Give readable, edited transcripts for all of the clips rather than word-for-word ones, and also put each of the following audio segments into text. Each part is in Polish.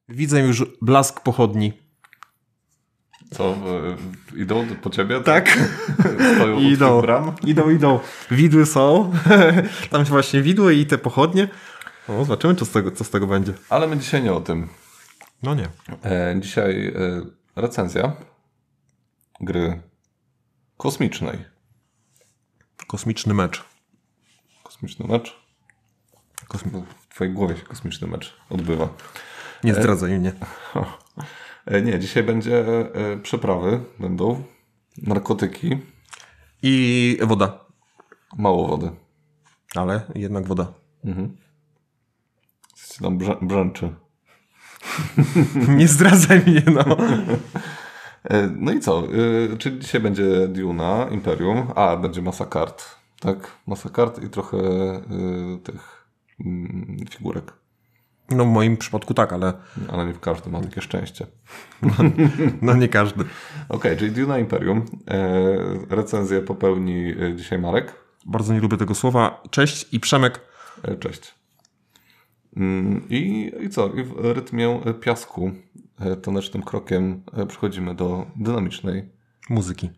Widzę już blask pochodni. Co? Idą po ciebie? Tak. Stoją Idą. u bram? Idą. Widły są. Tam się właśnie widły i te pochodnie. No, zobaczymy, co z tego będzie. Ale my dzisiaj nie o tym. No nie. Dzisiaj recenzja gry kosmicznej. Kosmiczny mecz. Kosmiczny mecz? W twojej głowie się kosmiczny mecz odbywa. Nie zdradzaj mnie. Nie, dzisiaj będzie przeprawy, będą narkotyki. I woda. Mało wody. Ale jednak woda. Coś tam brzęczy. Nie zdradzaj mnie, no. No i co? Czyli dzisiaj będzie Duna, Imperium, będzie masa kart. Tak? Masa kart i trochę tych figurek. No w moim przypadku tak, ale... Ale nie w każdym, mam takie szczęście. No nie każdy. Okej, czyli Duna, Imperium. Recenzję popełni dzisiaj Marek. Bardzo nie lubię tego słowa. Cześć i Przemek. Cześć. I co? I w rytmie piasku tanecznym krokiem przechodzimy do dynamicznej Muzyki.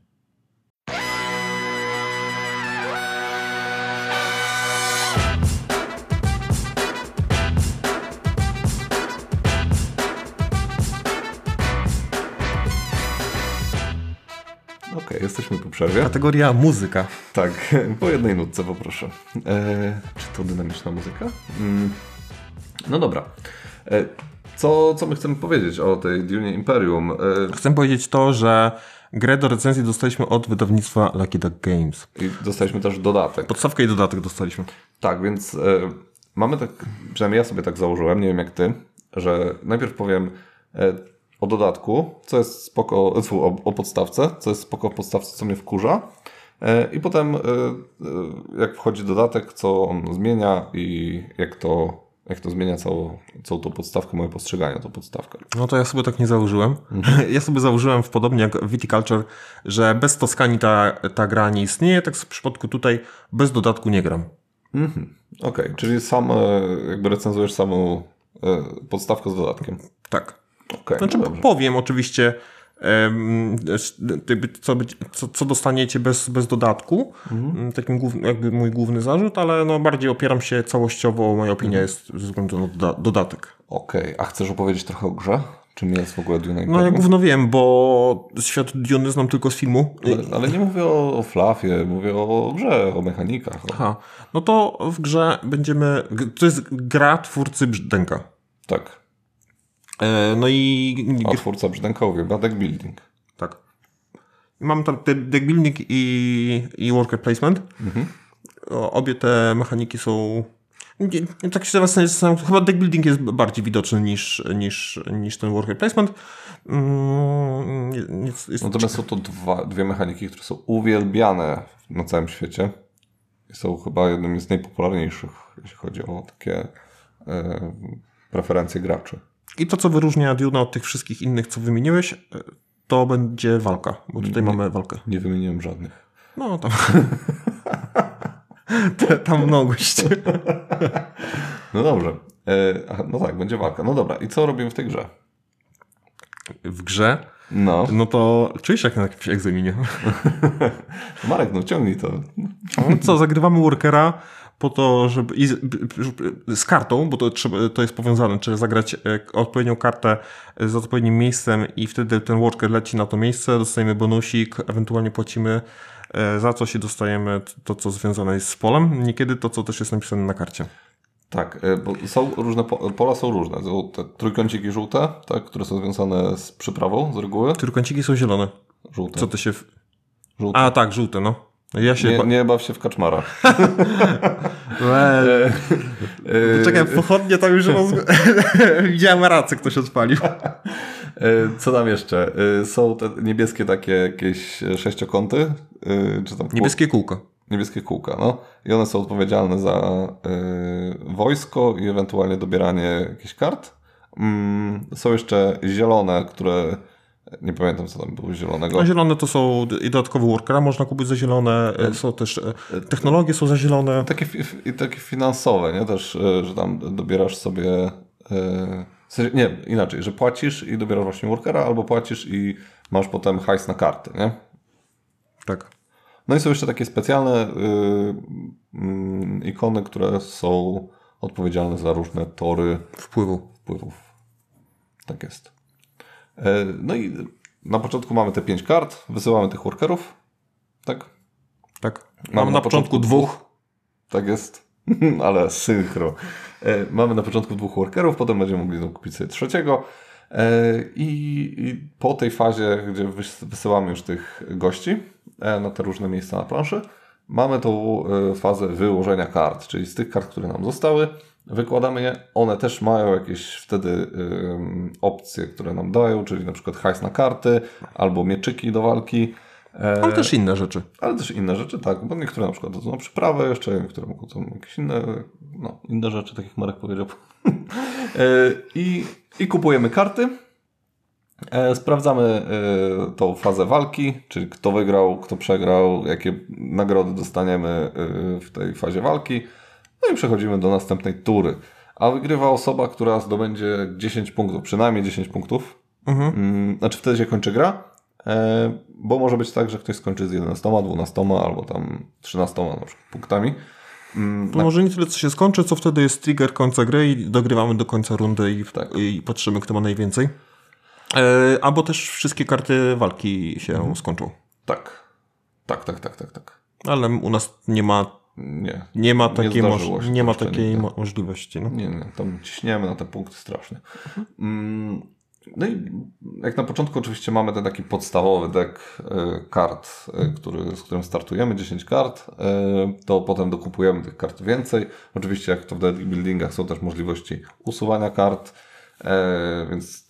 Okej, jesteśmy po przerwie. Kategoria muzyka. Tak, po jednej nutce poproszę. Czy to dynamiczna muzyka? No dobra. Co my chcemy powiedzieć o tej Dunie Imperium? Chcę powiedzieć to, że grę do recenzji dostaliśmy od wydawnictwa Lucky Duck Games. I dostaliśmy też dodatek. Podstawkę i dodatek dostaliśmy. Tak, więc mamy tak, przynajmniej ja sobie tak założyłem, nie wiem jak ty, że najpierw powiem o dodatku, co jest spoko, o podstawce, co jest spoko w podstawce, co mnie wkurza. I potem jak wchodzi dodatek, co on zmienia i jak to zmienia całą tą podstawkę, moje postrzeganie tą podstawkę. No to ja sobie tak nie założyłem. Ja sobie założyłem podobnie jak Viticulture, że bez Toskanii ta gra nie istnieje, tak w przypadku tutaj bez dodatku nie gram. Okej, czyli sam jakby recenzujesz samą podstawkę z dodatkiem. Tak. Okay, znaczy powiem oczywiście co dostaniecie bez dodatku. Takim jakby mój główny zarzut, ale no bardziej opieram się całościowo, moja opinia jest ze względu na dodatek. Okej, a chcesz opowiedzieć trochę o grze? Czym jest w ogóle Duna Imperium? No ja gówno wiem, bo świat Duny znam tylko z filmu. Ale nie mówię o fluffie, mówię o grze, o mechanikach. Aha, no to w grze to jest gra twórcy Brzdęka. Tak. No i... A twórca Brzdęka uwielbia deck building. Tak. Mam tam deck building i worker placement. Obie te mechaniki są... Tak się teraz chyba deck building jest bardziej widoczny niż ten worker placement. Natomiast są to dwie mechaniki, które są uwielbiane na całym świecie. I są chyba jednym z najpopularniejszych, jeśli chodzi o takie preferencje graczy. I to, co wyróżnia Duna od tych wszystkich innych, co wymieniłeś, to będzie walka, bo tutaj mamy walkę. Nie wymieniłem żadnych. No, tam... tam mnogość. No dobrze. No tak, będzie walka. No dobra, i co robimy w tej grze? W grze? No To czujesz jak na jakimś egzaminie. Marek, ciągnij to. No co, zagrywamy workera po to, żeby z kartą, bo to jest powiązane, trzeba zagrać odpowiednią kartę z odpowiednim miejscem i wtedy ten worker leci na to miejsce, dostajemy bonusik, ewentualnie płacimy za coś i dostajemy to, co związane jest z polem, niekiedy to, co też jest napisane na karcie. Tak, bo są różne, pola są różne. Są te trójkąciki żółte, tak, które są związane z przyprawą z reguły. Trójkąciki są zielone. Żółte. Co to się... Żółte. A tak, żółte, no. Ja się nie baw się w kaczmara. Czekaj, pochodnie tam już widziałem rację, ktoś odpalił. Co tam jeszcze? Są te niebieskie takie jakieś sześciokąty? Czy tam niebieskie kółka. Niebieskie kółka, no. I one są odpowiedzialne za wojsko i ewentualnie dobieranie jakichś kart. Są jeszcze zielone, które... Nie pamiętam, co tam było zielonego. No, zielone to są i dodatkowe workera można kupić za zielone, są też technologie są za zielone. Takie finansowe, nie? Też, że tam dobierasz sobie W sensie, nie, inaczej, że płacisz i dobierasz właśnie workera, albo płacisz i masz potem hajs na karty, nie? Tak. No i są jeszcze takie specjalne ikony, które są odpowiedzialne za różne tory wpływów. Tak jest. No i na początku mamy te 5 kart, wysyłamy tych workerów, tak? Tak. Mamy na początku 2. Tak jest, ale synchro. Mamy na początku 2 workerów, potem będziemy mogli kupić sobie 3. I po tej fazie, gdzie wysyłamy już tych gości na te różne miejsca na planszy, mamy tą fazę wyłożenia kart, czyli z tych kart, które nam zostały, wykładamy je. One też mają jakieś wtedy opcje, które nam dają, czyli na przykład hajs na karty, albo mieczyki do walki. Ale też inne rzeczy. Ale też inne rzeczy, tak, bo niektóre na przykład dadzą na przyprawę jeszcze, niektóre mogą tam jakieś inne rzeczy, tak jak Marek powiedział. I kupujemy karty. Sprawdzamy tą fazę walki, czyli kto wygrał, kto przegrał, jakie nagrody dostaniemy w tej fazie walki. No i przechodzimy do następnej tury. A wygrywa osoba, która zdobędzie 10 punktów, przynajmniej 10 punktów. Znaczy wtedy się kończy gra, bo może być tak, że ktoś skończy z 11, 12 albo tam 13 na przykład punktami. Może nie tyle co się skończy, co wtedy jest trigger końca gry i dogrywamy do końca rundy i patrzymy, kto ma najwięcej. Albo też wszystkie karty walki się skończą. Tak. Ale u nas nie ma takiej możliwości. No. Nie, tam ciśniemy na te punkty strasznie. No i jak na początku oczywiście mamy ten taki podstawowy deck kart, z którym startujemy, 10 kart, to potem dokupujemy tych kart więcej. Oczywiście jak to w deck buildingach są też możliwości usuwania kart, więc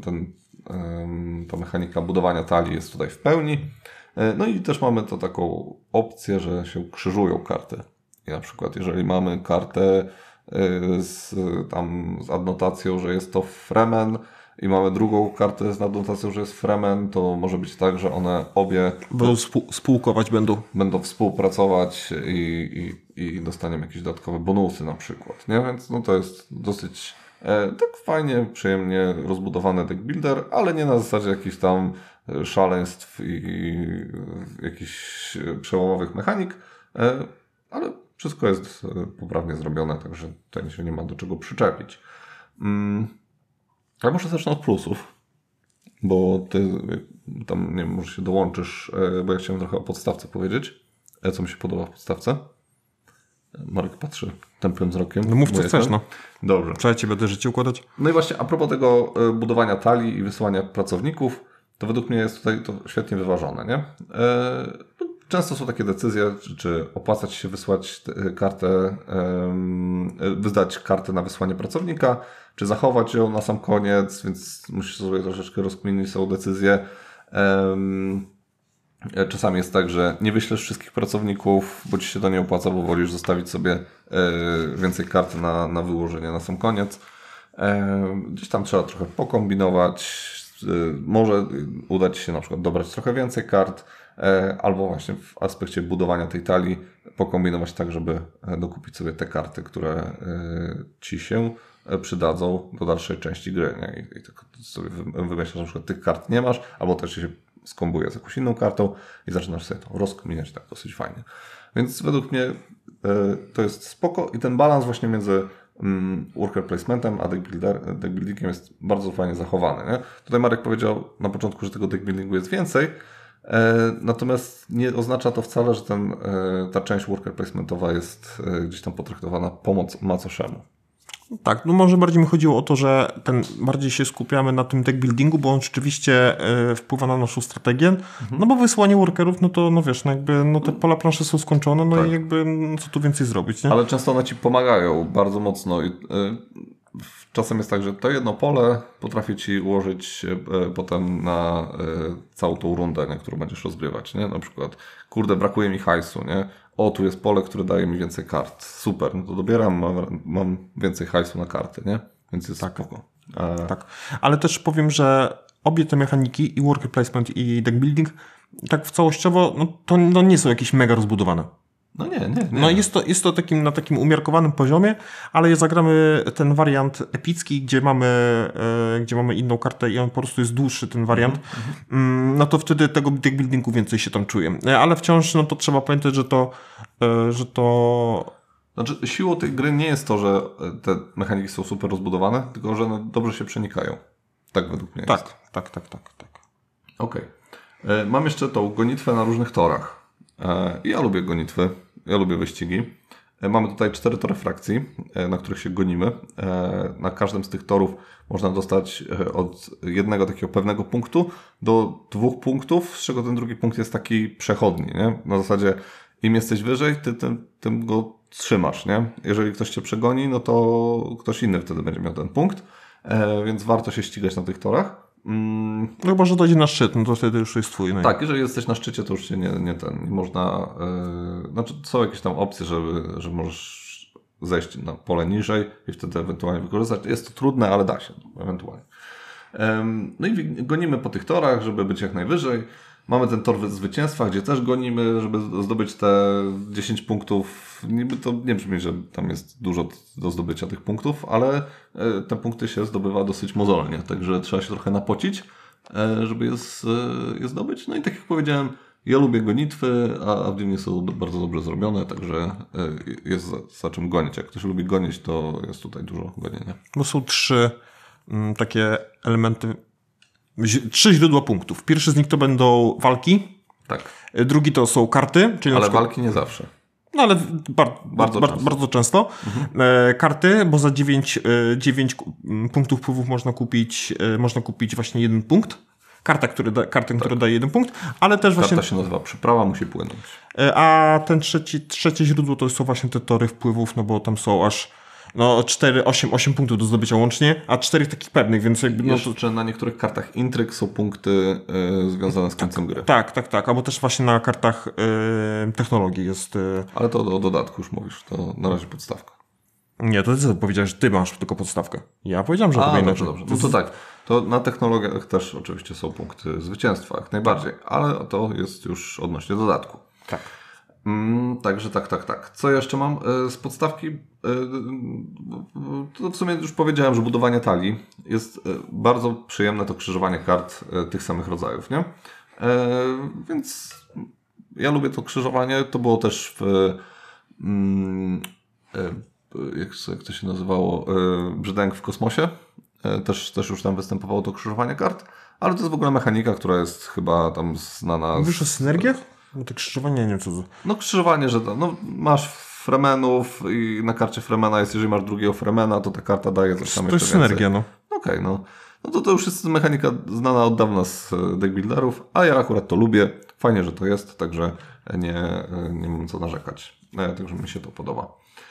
ta mechanika budowania talii jest tutaj w pełni. No i też mamy to taką opcję, że się krzyżują karty. I na przykład jeżeli mamy kartę z adnotacją, że jest to Fremen i mamy drugą kartę z adnotacją, że jest Fremen, to może być tak, że one obie będą spółkować, będą współpracować i dostaniemy jakieś dodatkowe bonusy na przykład. Nie? Więc no to jest dosyć tak fajnie, przyjemnie rozbudowany deck builder, ale nie na zasadzie jakichś tam szaleństw i jakichś przełomowych mechanik, ale wszystko jest poprawnie zrobione, także tutaj się nie ma do czego przyczepić. Ja może zacznę od plusów, bo ty tam, nie wiem, może się dołączysz, bo ja chciałem trochę o podstawce powiedzieć, co mi się podoba w podstawce. Marek patrzy tępym wzrokiem. No mów co chcesz, no. Dobrze. Trzeba ci będę życie układać. No i właśnie a propos tego budowania talii i wysyłania pracowników, to według mnie jest tutaj to świetnie wyważone, nie? Często są takie decyzje, czy opłacać się wysłać kartę, wydać kartę na wysłanie pracownika, czy zachować ją na sam koniec, więc musisz sobie troszeczkę rozkminić, są decyzje. Czasami jest tak, że nie wyślesz wszystkich pracowników, bo ci się to nie opłaca, bo wolisz zostawić sobie więcej kart na wyłożenie na sam koniec. Gdzieś tam trzeba trochę pokombinować. Może uda ci się na przykład dobrać trochę więcej kart, albo właśnie w aspekcie budowania tej talii pokombinować tak, żeby dokupić sobie te karty, które ci się przydadzą do dalszej części gry. Nie? I tak sobie wymyślasz, że na przykład tych kart nie masz, albo też się skombuje z jakąś inną kartą i zaczynasz sobie to rozkminiać tak dosyć fajnie. Więc według mnie to jest spoko i ten balans właśnie między worker placementem a deck buildingiem jest bardzo fajnie zachowany. Nie? Tutaj Marek powiedział na początku, że tego deck buildingu jest więcej, natomiast nie oznacza to wcale, że ta część worker placementowa jest gdzieś tam potraktowana po macoszemu. Tak, no może bardziej mi chodziło o to, że bardziej się skupiamy na tym deck buildingu, bo on rzeczywiście wpływa na naszą strategię, no bo wysłanie workerów, no to no wiesz, no jakby no te pola planszy są skończone, no tak. I jakby no co tu więcej zrobić, nie? Ale często one ci pomagają bardzo mocno i czasem jest tak, że to jedno pole potrafi ci ułożyć potem na całą tą rundę, nie, którą będziesz rozgrywać, nie? Na przykład, kurde, brakuje mi hajsu, nie? O, tu jest pole, które daje mi więcej kart. Super, no to dobieram, mam więcej hajsu na karty, nie? Więc jest spoko. Tak, ale też powiem, że obie te mechaniki, i worker placement, i deck building, tak w całościowo, no to nie są jakieś mega rozbudowane. No nie. No jest to na takim umiarkowanym poziomie, ale jak zagramy ten wariant epicki, gdzie mamy inną kartę i on po prostu jest dłuższy, ten wariant, no to wtedy tego deckbuildingu więcej się tam czuje. Ale wciąż no to trzeba pamiętać, że to... Znaczy siłą tej gry nie jest to, że te mechaniki są super rozbudowane, tylko że one dobrze się przenikają. Tak według mnie jest. Tak. Okej. Mam jeszcze tą gonitwę na różnych torach. Ja lubię gonitwy, ja lubię wyścigi. Mamy tutaj 4 tory frakcji, na których się gonimy. Na każdym z tych torów można dostać od jednego takiego pewnego punktu do 2 punktów, z czego ten drugi punkt jest taki przechodni, nie? Na zasadzie im jesteś wyżej, tym go trzymasz, nie? Jeżeli ktoś cię przegoni, no to ktoś inny wtedy będzie miał ten punkt, więc warto się ścigać na tych torach. No chyba, że dojdzie na szczyt, no to wtedy już jest twój. No tak, jeżeli jesteś na szczycie, to już się nie można... znaczy są jakieś tam opcje, że możesz zejść na pole niżej i wtedy ewentualnie wykorzystać. Jest to trudne, ale da się ewentualnie. No i gonimy po tych torach, żeby być jak najwyżej. Mamy ten tor zwycięstwa, gdzie też gonimy, żeby zdobyć te 10 punktów. Niby to nie brzmi, że tam jest dużo do zdobycia tych punktów, ale te punkty się zdobywa dosyć mozolnie, także trzeba się trochę napocić, żeby je zdobyć. No i tak jak powiedziałem, ja lubię gonitwy, a w Divinie są bardzo dobrze zrobione, także jest za czym gonić. Jak ktoś lubi gonić, to jest tutaj dużo gonienia. Bo są 3 takie elementy, 3 źródła punktów. Pierwszy z nich to będą walki. Tak. Drugi to są karty. Czyli ale przykład, walki nie zawsze. No ale bardzo często. Karty, bo za 9 punktów wpływów można kupić właśnie 1 punkt. Kartę, która daje 1 punkt, ale też właśnie... Karta się nazywa przyprawa, musi płynąć. A ten trzecie źródło to są właśnie te tory wpływów, no bo tam są aż 8 punktów do zdobycia łącznie, a 4 takich pewnych, więc jakby... Jeszcze na niektórych kartach intryg są punkty związane z końcem gry. Tak, albo też właśnie na kartach technologii jest... Ale to o dodatku już mówisz, to na razie podstawka. Nie, to ty powiedziałeś, że ty masz tylko podstawkę. Ja powiedziałem, że to inaczej. Dobrze. No to tak, to na technologiach też oczywiście są punkty zwycięstwa, jak najbardziej, ale to jest już odnośnie dodatku. Tak. Także tak. Co jeszcze mam z podstawki? To w sumie już powiedziałem, że budowanie talii jest bardzo przyjemne, to krzyżowanie kart tych samych rodzajów, nie? Więc ja lubię to krzyżowanie. To było też w jak to się nazywało? Brzdęk w kosmosie. Też już tam występowało to krzyżowanie kart, ale to jest w ogóle mechanika, która jest chyba tam znana. Mówisz o synergiach? No to krzyżowanie, nie wiem co to... No krzyżowanie, że masz fremenów i na karcie fremena jest, jeżeli masz drugiego fremena, to ta karta daje coś tam jeszcze więcej. To jest synergia, no. Okej, no to już jest mechanika znana od dawna z deckbuilderów, a ja akurat to lubię. Fajnie, że to jest, także nie mam co narzekać. Także mi się to podoba.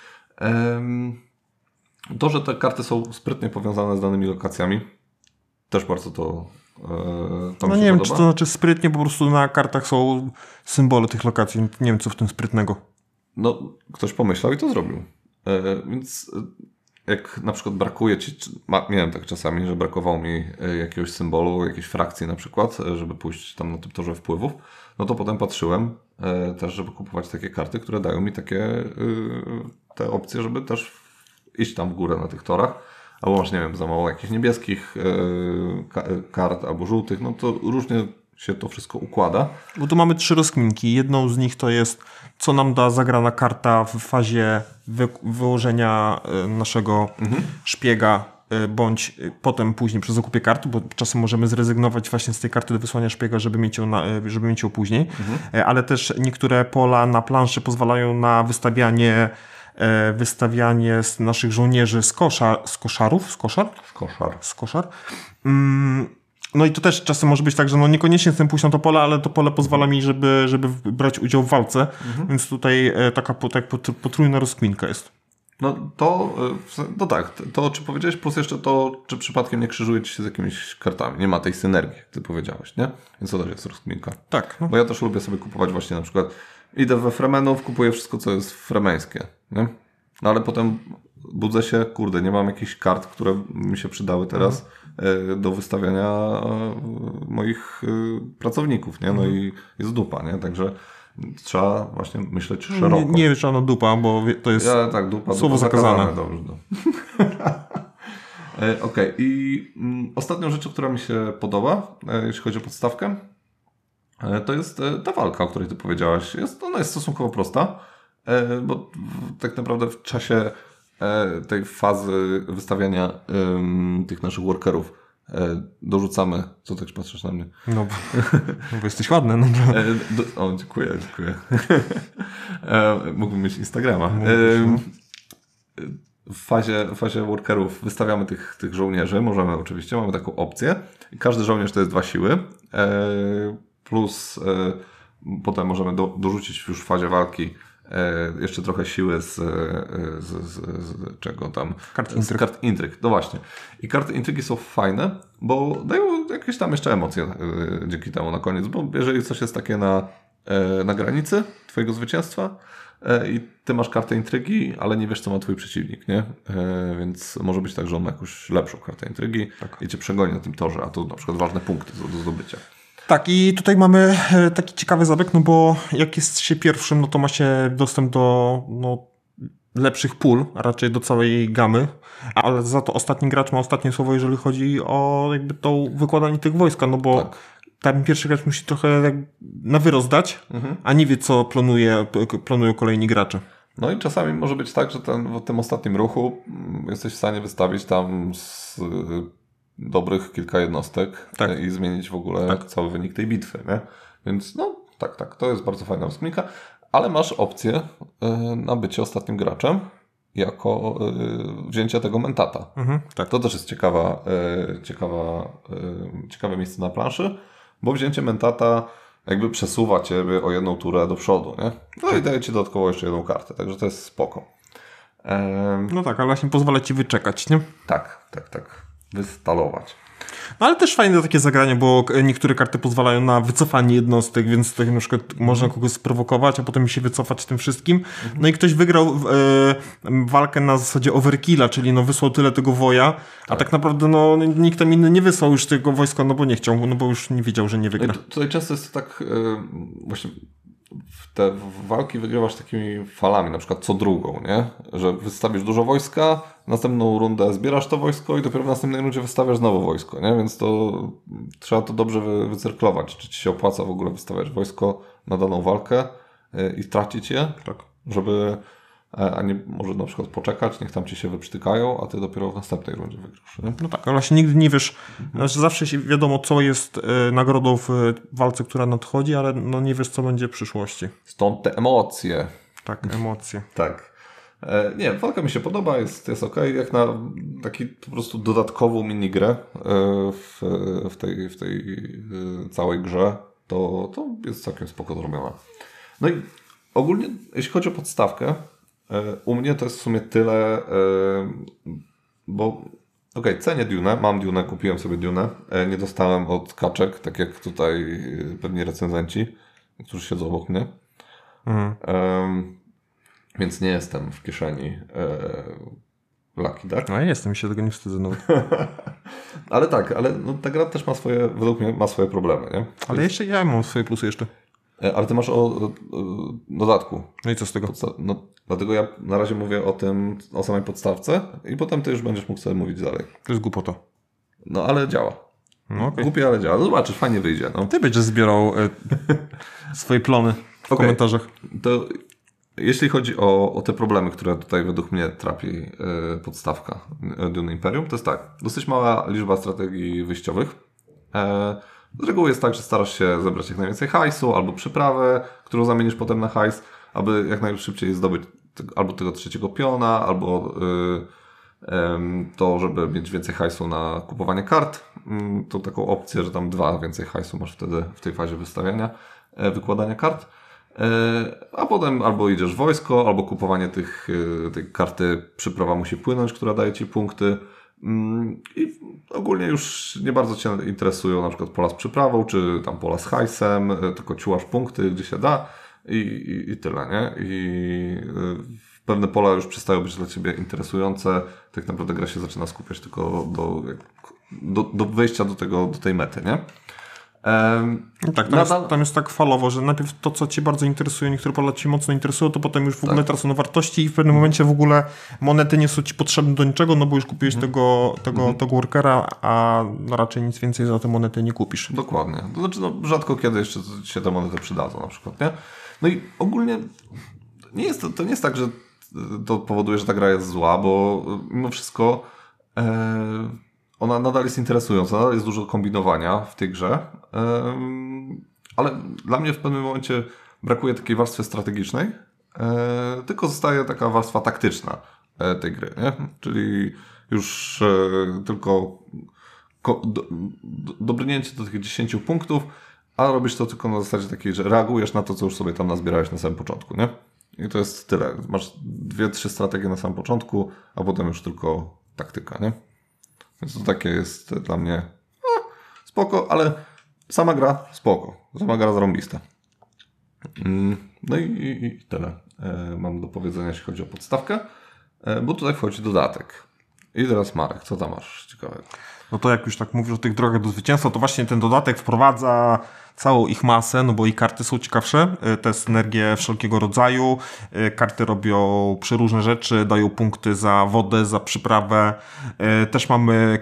To, że te karty są sprytnie powiązane z danymi lokacjami, też bardzo to no nie wiem, czy to znaczy sprytnie, po prostu na kartach są symbole tych lokacji. Nie wiem, co w tym sprytnego. No, ktoś pomyślał i to zrobił. Więc jak na przykład brakuje ci, miałem tak czasami, że brakowało mi jakiegoś symbolu, jakiejś frakcji na przykład, żeby pójść tam na tym torze wpływów, no to potem patrzyłem też, żeby kupować takie karty, które dają mi takie te opcje, żeby też iść tam w górę na tych torach. Albo masz, nie wiem, za mało jakichś niebieskich kart albo żółtych, no to różnie się to wszystko układa. Bo tu mamy 3 rozkminki. Jedną z nich to jest, co nam da zagrana karta w fazie wyłożenia naszego szpiega, bądź potem później przy zakupie kart, bo czasem możemy zrezygnować właśnie z tej karty do wysłania szpiega, żeby mieć ją później. Ale też niektóre pola na planszy pozwalają na wystawianie z naszych żołnierzy z koszar. No i to też czasem może być tak, że no niekoniecznie chcę pójść na to pole, ale to pole pozwala mi, żeby brać udział w walce, więc tutaj taka potrójna rozkminka jest. No tak, to czy powiedziałeś, plus jeszcze to, czy przypadkiem nie krzyżuje ci się z jakimiś kartami, nie ma tej synergii, jak ty powiedziałeś, nie? Więc to też jest rozkminka. Tak. No. Bo ja też lubię sobie kupować właśnie na przykład, idę we fremenów, kupuję wszystko, co jest fremeńskie, nie? No ale potem budzę się, kurde, nie mam jakichś kart, które mi się przydały teraz do wystawiania moich pracowników, nie? No i jest dupa, nie? Także Trzeba właśnie myśleć szeroko. Nie żadna dupa, bo to jest dupa, słowo zakazane. Dobrze. Okej. I ostatnią rzeczą, która mi się podoba, jeśli chodzi o podstawkę, to jest ta walka, o której ty powiedziałaś. Ona jest stosunkowo prosta, bo tak naprawdę w czasie tej fazy wystawiania tych naszych workerów dorzucamy. Co tak patrzysz na mnie? No bo jesteś ładny. No. Dziękuję. Mógłbym mieć Instagrama. W fazie workerów wystawiamy tych żołnierzy. Mamy taką opcję. Każdy żołnierz to jest 2 siły. Plus potem możemy dorzucić już w fazie walki jeszcze trochę siły z czego tam? Z kart intryg. No właśnie. I karty intrygi są fajne, bo dają jakieś tam jeszcze emocje dzięki temu na koniec, bo jeżeli coś jest takie na granicy twojego zwycięstwa i ty masz kartę intrygi, ale nie wiesz, co ma twój przeciwnik, nie? Więc może być tak, że on ma jakąś lepszą kartę intrygi i cię przegoni na tym torze, a to na przykład ważne punkty do zdobycia. Tak, i tutaj mamy taki ciekawy zabieg, no bo jak jest się pierwszym, no to ma się dostęp do lepszych pól, a raczej do całej gamy, ale za to ostatni gracz ma ostatnie słowo, jeżeli chodzi o jakby to wykładanie tych wojska, no bo tam pierwszy gracz musi trochę na wyrost dać, a nie wie, co planują kolejni gracze. No i czasami może być tak, że w tym ostatnim ruchu jesteś w stanie wystawić tam dobrych kilka jednostek i zmienić w ogóle cały wynik tej bitwy, nie? Więc tak, to jest bardzo fajna rozkminka, ale masz opcję na bycie ostatnim graczem jako wzięcie tego mentata. Tak. To też jest ciekawe miejsce na planszy, bo wzięcie mentata jakby przesuwa ciebie o 1 turę do przodu, nie? No i daje ci dodatkowo jeszcze 1 kartę, także to jest spoko. No tak, ale właśnie pozwala ci wyczekać, nie? Tak. Wystalować. No ale też fajne takie zagranie, bo niektóre karty pozwalają na wycofanie jednostek, więc tak na przykład można kogoś sprowokować, a potem się wycofać tym wszystkim. No i ktoś wygrał walkę na zasadzie overkilla, czyli wysłał tyle tego woja, a tak naprawdę nikt tam inny nie wysłał już tego wojska, bo nie chciał, bo już nie wiedział, że nie wygra. Tutaj często jest to tak właśnie te walki wygrywasz takimi falami, na przykład co drugą, nie? Że wystawisz dużo wojska, następną rundę zbierasz to wojsko i dopiero w następnej rundzie wystawiasz znowu wojsko, nie? Więc to trzeba to dobrze wycyrklować. Czy ci się opłaca w ogóle wystawiać wojsko na daną walkę i tracić je, żeby a nie może na przykład poczekać, niech tam ci się wyprztykają, a ty dopiero w następnej rundzie wygrasz. Nie? No tak, ale właśnie nigdy nie wiesz, zawsze wiadomo, co jest nagrodą w walce, która nadchodzi, ale nie wiesz, co będzie w przyszłości. Stąd te emocje. Tak, emocje. Tak. Nie, walka mi się podoba, jest okej. Jak na taki po prostu dodatkową minigrę w tej całej grze, to jest całkiem spoko zrobiona. No i ogólnie, jeśli chodzi o podstawkę, u mnie to jest w sumie tyle, bo cenię Dune'ę, mam Dune'ę, kupiłem sobie Dune'ę, nie dostałem od kaczek, tak jak tutaj pewnie recenzenci, którzy siedzą obok mnie. Więc nie jestem w kieszeni Lucky Duck. No ja jestem, się tego nie wstydzę nawet. Ale ta gra też według mnie ma swoje problemy, nie? Ale jeszcze ja mam swoje plusy jeszcze. Ale ty masz o dodatku. No i co z tego? Dlatego ja na razie mówię o samej podstawce i potem ty już będziesz mógł sobie mówić dalej. To jest głupota. No ale działa. Okay. Głupie, ale działa. No zobaczysz, fajnie wyjdzie. No. Ty będziesz zbierał swoje plony w komentarzach. To jeśli chodzi o te problemy, które tutaj według mnie trapi podstawka Dune Imperium, to jest tak. Dosyć mała liczba strategii wyjściowych. Z reguły jest tak, że starasz się zebrać jak najwięcej hajsu albo przyprawę, którą zamienisz potem na hajs, aby jak najszybciej zdobyć albo tego 3. piona, albo to, żeby mieć więcej hajsu na kupowanie kart. To taką opcję, że tam 2 więcej hajsu masz wtedy w tej fazie wystawiania, wykładania kart. A potem albo idziesz w wojsko, albo kupowanie tej karty przyprawa musi płynąć, która daje ci punkty. I ogólnie już nie bardzo cię interesują na przykład pola z przyprawą, czy tam pola z hajsem, tylko ciułasz punkty, gdzie się da i tyle, nie? I pewne pola już przestają być dla ciebie interesujące. Tak naprawdę gra się zaczyna skupiać tylko do wejścia do tej mety, nie? Tak, tam jest tak falowo, że najpierw to, co cię bardzo interesuje, niektóre pola ci mocno interesują, to potem już w ogóle tracą na wartości i w pewnym momencie w ogóle monety nie są ci potrzebne do niczego, no bo już kupiłeś tego workera, a raczej nic więcej za te monety nie kupisz. Dokładnie. To znaczy, rzadko kiedy jeszcze się te monety przydadzą na przykład, nie? No i ogólnie to nie jest tak, że to powoduje, że ta gra jest zła, bo mimo wszystko ona nadal jest interesująca, nadal jest dużo kombinowania w tej grze, ale dla mnie w pewnym momencie brakuje takiej warstwy strategicznej, tylko zostaje taka warstwa taktyczna tej gry, nie? Czyli już tylko dobrnięcie do tych 10 punktów, a robisz to tylko na zasadzie takiej, że reagujesz na to, co już sobie tam nazbierałeś na samym początku, nie? I to jest tyle. Masz 2-3 strategie na samym początku, a potem już tylko taktyka, nie? Więc to takie jest dla mnie spoko, ale sama gra spoko. Sama gra zarąbista. No i tyle mam do powiedzenia, jeśli chodzi o podstawkę, bo tutaj wchodzi dodatek. I teraz Marek, co tam masz ciekawego? No to jak już tak mówisz o tych drogach do zwycięstwa, to właśnie ten dodatek wprowadza całą ich masę, no bo i karty są ciekawsze, to jest energię wszelkiego rodzaju, karty robią przeróżne rzeczy, dają punkty za wodę, za przyprawę, też mamy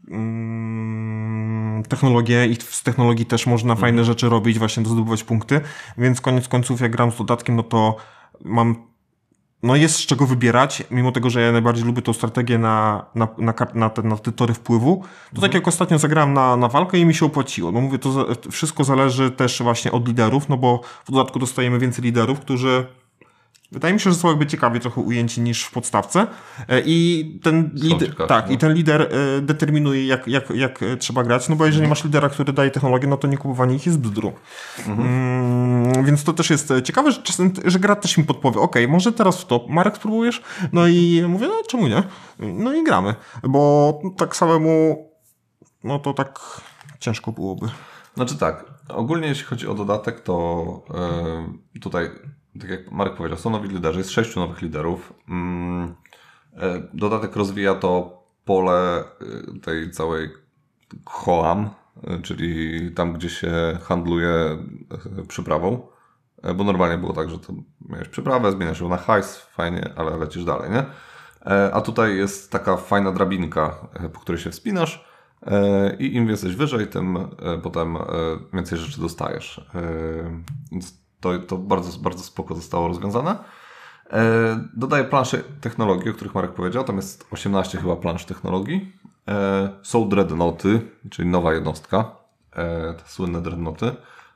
technologię i z technologii też można fajne rzeczy robić, właśnie zdobywać punkty, więc koniec końców jak gram z dodatkiem, no to jest z czego wybierać, mimo tego, że ja najbardziej lubię tą strategię na te tory wpływu. To tak jak ostatnio zagrałem na walkę i mi się opłaciło. No mówię, to wszystko zależy też właśnie od liderów, no bo w dodatku dostajemy więcej liderów, którzy wydaje mi się, że są jakby ciekawie trochę ujęci niż w podstawce. I ten lider determinuje, jak trzeba grać. No bo jeżeli masz lidera, który daje technologię, no to nie kupowanie ich jest bzdurą. Więc to też jest ciekawe, że gra też mi podpowie, okej, może teraz w to, Marek, spróbujesz? No i mówię, no czemu nie? No i gramy. Bo tak samemu, no to tak ciężko byłoby. Znaczy tak, ogólnie jeśli chodzi o dodatek, to tutaj tak jak Marek powiedział, są nowi liderzy, jest 6 nowych liderów. Dodatek rozwija to pole tej całej Hoam, czyli tam, gdzie się handluje przyprawą. Bo normalnie było tak, że to miałeś przyprawę, zmieniasz ją na hajs, fajnie, ale lecisz dalej, nie? A tutaj jest taka fajna drabinka, po której się wspinasz i im jesteś wyżej, tym potem więcej rzeczy dostajesz. Więc to bardzo, bardzo spoko zostało rozwiązane. Dodaję plansze technologii, o których Marek powiedział. Tam jest 18 chyba plansz technologii. Są dreadnoughty, czyli nowa jednostka. Te słynne dreadnoughty.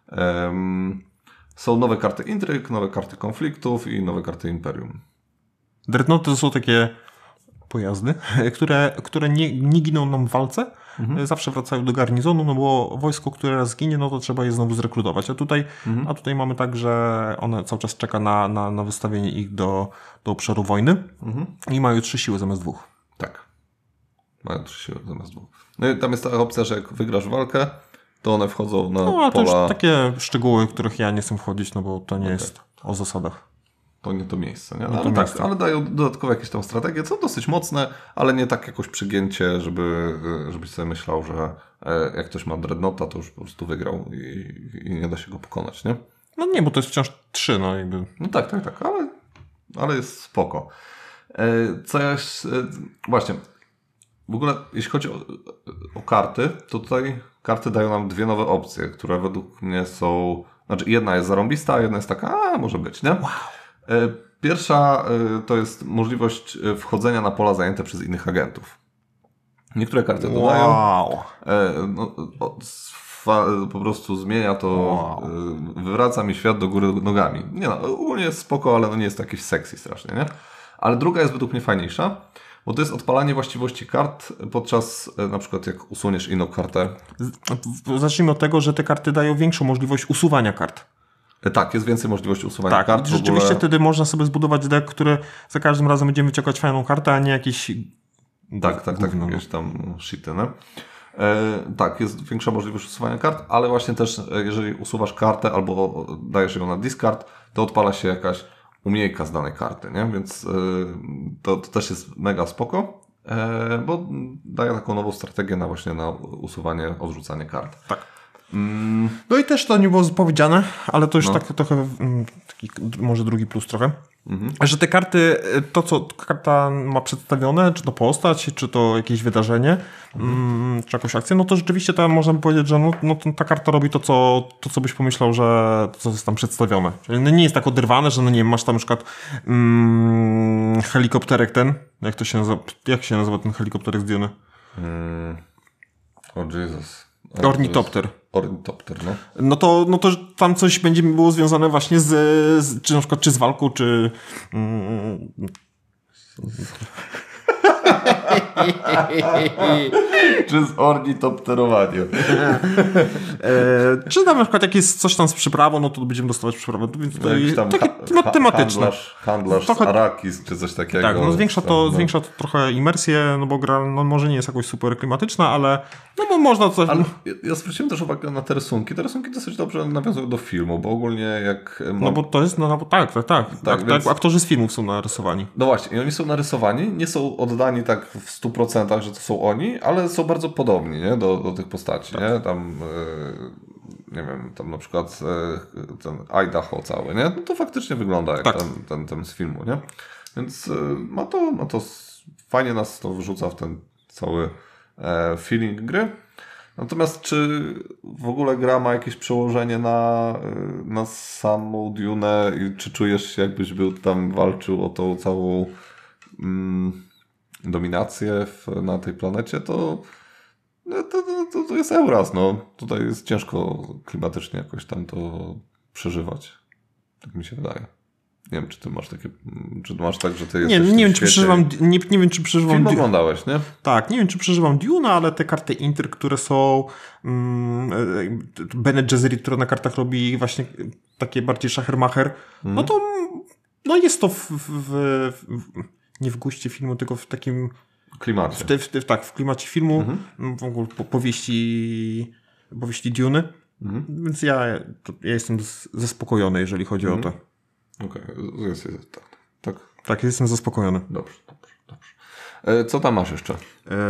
Są nowe karty intryg, nowe karty konfliktów i nowe karty imperium. Dreadnoughty to są takie pojazdy, które nie giną nam w walce, zawsze wracają do garnizonu, no bo wojsko, które raz zginie, no to trzeba je znowu zrekrutować. A tutaj mamy tak, że one cały czas czeka na wystawienie ich do obszaru wojny i mają 3 siły zamiast 2. Tak. Mają 3 siły zamiast 2. No i tam jest taka opcja, że jak wygrasz walkę, to one wchodzą na pola... to już takie szczegóły, w których ja nie chcę wchodzić, no bo to nie jest o zasadach. To nie to miejsce, nie? Ale dają dodatkowe jakieś tam strategie, co dosyć mocne, ale nie tak jakoś przygięcie, żebyś sobie myślał, że jak ktoś ma dreadnoughta, to już po prostu wygrał i nie da się go pokonać, nie? No nie, bo to jest wciąż 3, no jakby. No tak, ale jest spoko. Właśnie, w ogóle jeśli chodzi o karty, to tutaj karty dają nam 2 nowe opcje, które według mnie są... Znaczy jedna jest zarąbista, a jedna jest taka, może być, nie? Wow. Pierwsza to jest możliwość wchodzenia na pola zajęte przez innych agentów. Niektóre karty dodają. Po prostu zmienia to, wywraca mi świat do góry nogami. Nie no, ogólnie jest spoko, ale nie jest taki sexy strasznie, nie? Ale druga jest według mnie fajniejsza, bo to jest odpalanie właściwości kart podczas, na przykład jak usuniesz inną kartę. Zacznijmy od tego, że te karty dają większą możliwość usuwania kart. Tak, jest więcej możliwości usuwania kart. Rzeczywiście wtedy można sobie zbudować deck, który za każdym razem będzie wyciągać fajną kartę, a nie jakiś... Tak, jakieś tam shity, nie? Tak, jest większa możliwość usuwania kart, ale właśnie też jeżeli usuwasz kartę albo dajesz ją na discard, to odpala się jakaś umiejka z danej karty, nie? Więc to też jest mega spoko, bo daje taką nową strategię na usuwanie, odrzucanie kart. Tak. No i też to nie było powiedziane, ale to już tak trochę, taki może drugi plus trochę, że te karty, to co karta ma przedstawione, czy to postać, czy to jakieś wydarzenie, czy jakąś akcję, no to rzeczywiście tam można by powiedzieć, że ta karta robi to, co byś pomyślał, że to, co jest tam przedstawione. Czyli nie jest tak oderwane, że no nie wiem, masz tam na przykład helikopterek ten, jak się nazywa ten helikopterek z Duny? O Jesus. Ornitopter. Ornitopter, no. No to tam coś będzie było związane właśnie czy na przykład czy z walką, czy... Czy z ornitopterowaniem. Czy tam na przykład jak jest coś tam z przyprawą, no to będziemy dostawać przyprawę. Więc to jest takie tematyczne. Handlarz z Arrakis, czy coś takiego. Tak, no zwiększa to trochę imersję, no bo gra może nie jest jakoś super klimatyczna, ale no bo można coś... Ale ja zwróciłem też uwagę na te rysunki. Te rysunki dosyć dobrze nawiązują do filmu, bo ogólnie jak... No bo to jest, tak, więc... aktorzy z filmów są narysowani. No właśnie, i oni są narysowani, nie są oddani tak w 100%, że to są oni, ale są bardzo podobni, nie? Do tych postaci, tak. Nie? Tam, nie wiem, tam na przykład ten Idaho cały, nie? No to faktycznie wygląda jak ten z filmu, nie? Więc ma to fajnie nas to wrzuca w ten cały feeling gry. Natomiast czy w ogóle gra ma jakieś przełożenie na samą Dunę i czy czujesz się, jakbyś był tam walczył o tą całą dominację na tej planecie, to jest Euras, no. Tutaj jest ciężko klimatycznie jakoś tam to przeżywać. Tak mi się wydaje. Nie wiem, czy ty masz takie... Czy masz tak, że ty jesteś nie wiem, czy przeżywam... Nie wiem, czy przeżywam... Film oglądałeś, nie? Tak, nie wiem, czy przeżywam Dune, ale te karty Inter, które są... Bene Gesserit, które na kartach robi właśnie takie bardziej szachermacher, no to... No jest to nie w guście filmu, tylko w takim... Klimacie. W klimacie filmu, w ogóle powieści Duny. Więc ja jestem zaspokojony, jeżeli chodzi o to. Okej, tak. Tak, jestem zaspokojony. Dobrze. Co tam masz jeszcze?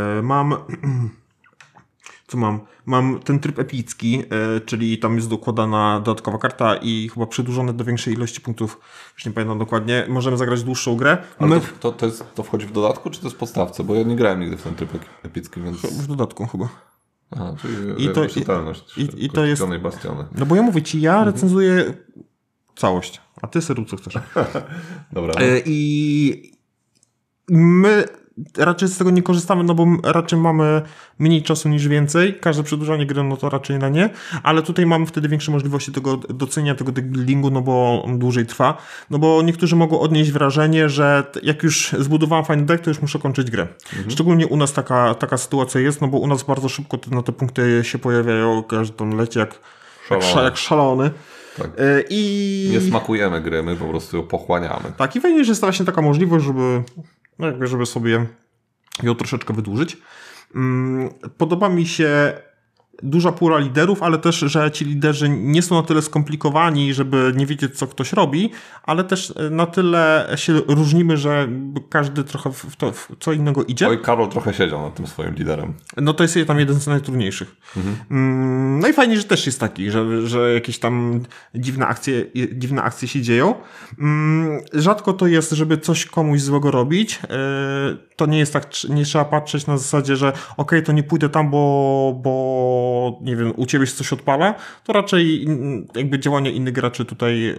Co mam? Mam ten tryb epicki, czyli tam jest dokładana dodatkowa karta i chyba przedłużone do większej ilości punktów. Już nie pamiętam dokładnie. Możemy zagrać dłuższą grę. Ale to wchodzi w dodatku, czy to jest w podstawce? Bo ja nie grałem nigdy w ten tryb epicki, więc... W dodatku chyba. Aha, czyli czytelność. I to jest... Bastiony. No bo ja mówię ci, ja recenzuję całość, a ty sobie rób co chcesz. Dobra. I my raczej z tego nie korzystamy, no bo raczej mamy mniej czasu niż więcej. Każde przedłużanie gry, no to raczej na nie, ale tutaj mamy wtedy większe możliwości tego docenienia, tego deckbuildingu, no bo on dłużej trwa. No bo niektórzy mogą odnieść wrażenie, że jak już zbudowałem fajny deck, to już muszę kończyć grę. Szczególnie u nas taka sytuacja jest, no bo u nas bardzo szybko te punkty się pojawiają, każdy tam leci jak szalony. Tak. Nie smakujemy gry, my po prostu ją pochłaniamy. Tak, i fajnie, że jest właśnie taka możliwość, żeby sobie ją troszeczkę wydłużyć. Podoba mi się duża pula liderów, ale też, że ci liderzy nie są na tyle skomplikowani, żeby nie wiedzieć, co ktoś robi, ale też na tyle się różnimy, że każdy trochę w co innego idzie. Oj, Karol trochę siedział nad tym swoim liderem. No to jest tam jeden z najtrudniejszych. No i fajnie, że też jest taki, że jakieś tam dziwne akcje się dzieją. Rzadko to jest, żeby coś komuś złego robić. To nie jest tak, nie trzeba patrzeć na zasadzie, że okej, to nie pójdę tam, bo nie wiem, u ciebie się coś odpala, to raczej jakby działania innych graczy tutaj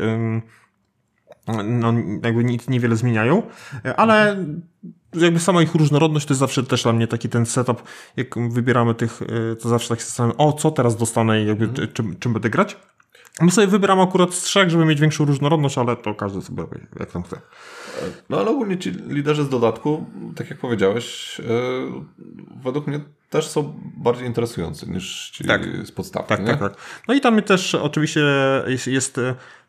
no jakby nic niewiele zmieniają, ale jakby sama ich różnorodność to jest zawsze też dla mnie taki ten setup, jak wybieramy tych, to zawsze tak się zastanawiam, co teraz dostanę i jakby czym będę grać. My sobie wybieramy akurat z 3, żeby mieć większą różnorodność, ale to każdy sobie jak tam chce. No ale ogólnie ci liderzy z dodatku, tak jak powiedziałeś, według mnie też są bardziej interesujący niż ci z podstawki. Tak. No i tam też oczywiście jest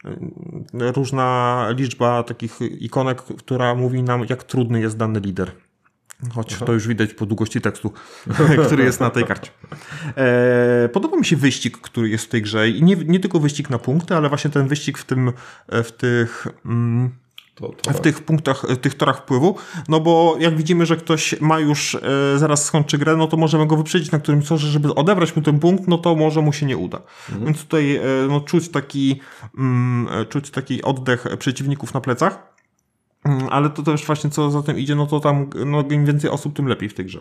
różna liczba takich ikonek, która mówi nam, jak trudny jest dany lider. Choć to już widać po długości tekstu, który jest na tej karcie. Podoba mi się wyścig, który jest w tej grze. I nie tylko wyścig na punkty, ale właśnie ten wyścig w tych w tych punktach, tych torach wpływu, no bo jak widzimy, że ktoś ma już zaraz skończy grę, no to możemy go wyprzedzić na którymś torze, żeby odebrać mu ten punkt, no to może mu się nie uda. Więc tutaj no, czuć taki oddech przeciwników na plecach, ale to też właśnie co za tym idzie, no to tam no, im więcej osób, tym lepiej w tej grze.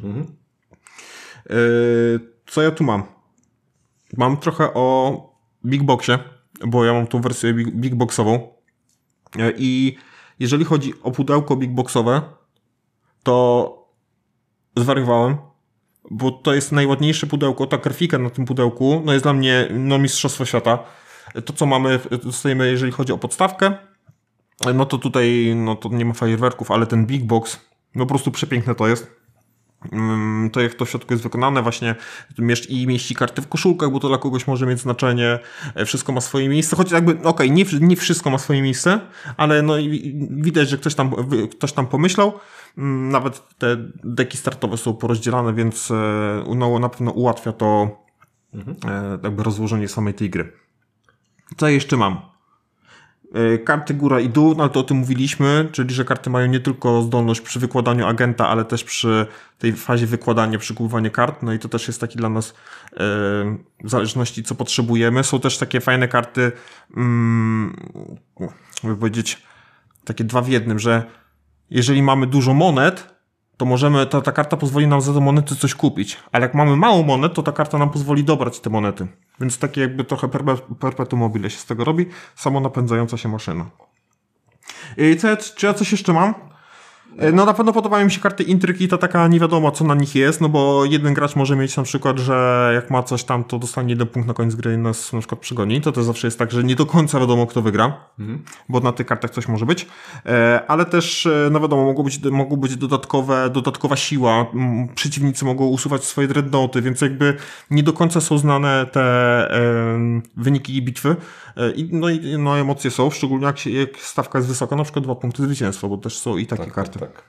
Co ja tu mam? Mam trochę o Big Boxie, bo ja mam tą wersję Big Boxową i jeżeli chodzi o pudełko Big Boxowe, to zwariowałem, bo to jest najładniejsze pudełko, ta grafika na tym pudełku, no jest dla mnie no, mistrzostwo świata. To co mamy, dostajemy jeżeli chodzi o podstawkę, no to tutaj no to nie ma fajerwerków, ale ten Big Box, no po prostu przepiękne to jest. To jak to w środku jest wykonane, właśnie i mieści karty w koszulkach, bo to dla kogoś może mieć znaczenie, wszystko ma swoje miejsce, choć jakby, nie wszystko ma swoje miejsce, ale no widać, że ktoś tam pomyślał, nawet te deki startowe są porozdzielane, więc no, na pewno ułatwia to jakby rozłożenie samej tej gry. Co ja jeszcze mam? Karty góra i dół, no ale to o tym mówiliśmy, czyli że karty mają nie tylko zdolność przy wykładaniu agenta, ale też przy tej fazie wykładania, przy kupowaniu kart, no i to też jest taki dla nas w zależności co potrzebujemy. Są też takie fajne karty, jakby powiedzieć, takie 2 w 1, że jeżeli mamy dużo monet, to możemy, ta karta pozwoli nam za te monety coś kupić, ale jak mamy mało monet, to ta karta nam pozwoli dobrać te monety. Więc takie jakby trochę perpetuum mobile się z tego robi, samonapędzająca się maszyna. Czy ja coś jeszcze mam? No na pewno podobają mi się karty intryg i ta taka nie wiadomo co na nich jest, no bo jeden gracz może mieć na przykład, że jak ma coś tam, to dostanie 1 punkt na koniec gry i nas na przykład przegoni. To zawsze jest tak, że nie do końca wiadomo kto wygra, bo na tych kartach coś może być. Ale też, no wiadomo, mogą być dodatkowa siła, przeciwnicy mogą usuwać swoje dreadnoughty, więc jakby nie do końca są znane te wyniki bitwy. No emocje są, szczególnie jak stawka jest wysoka, na przykład 2 punkty zwycięstwa, bo też są i takie karty. Tak.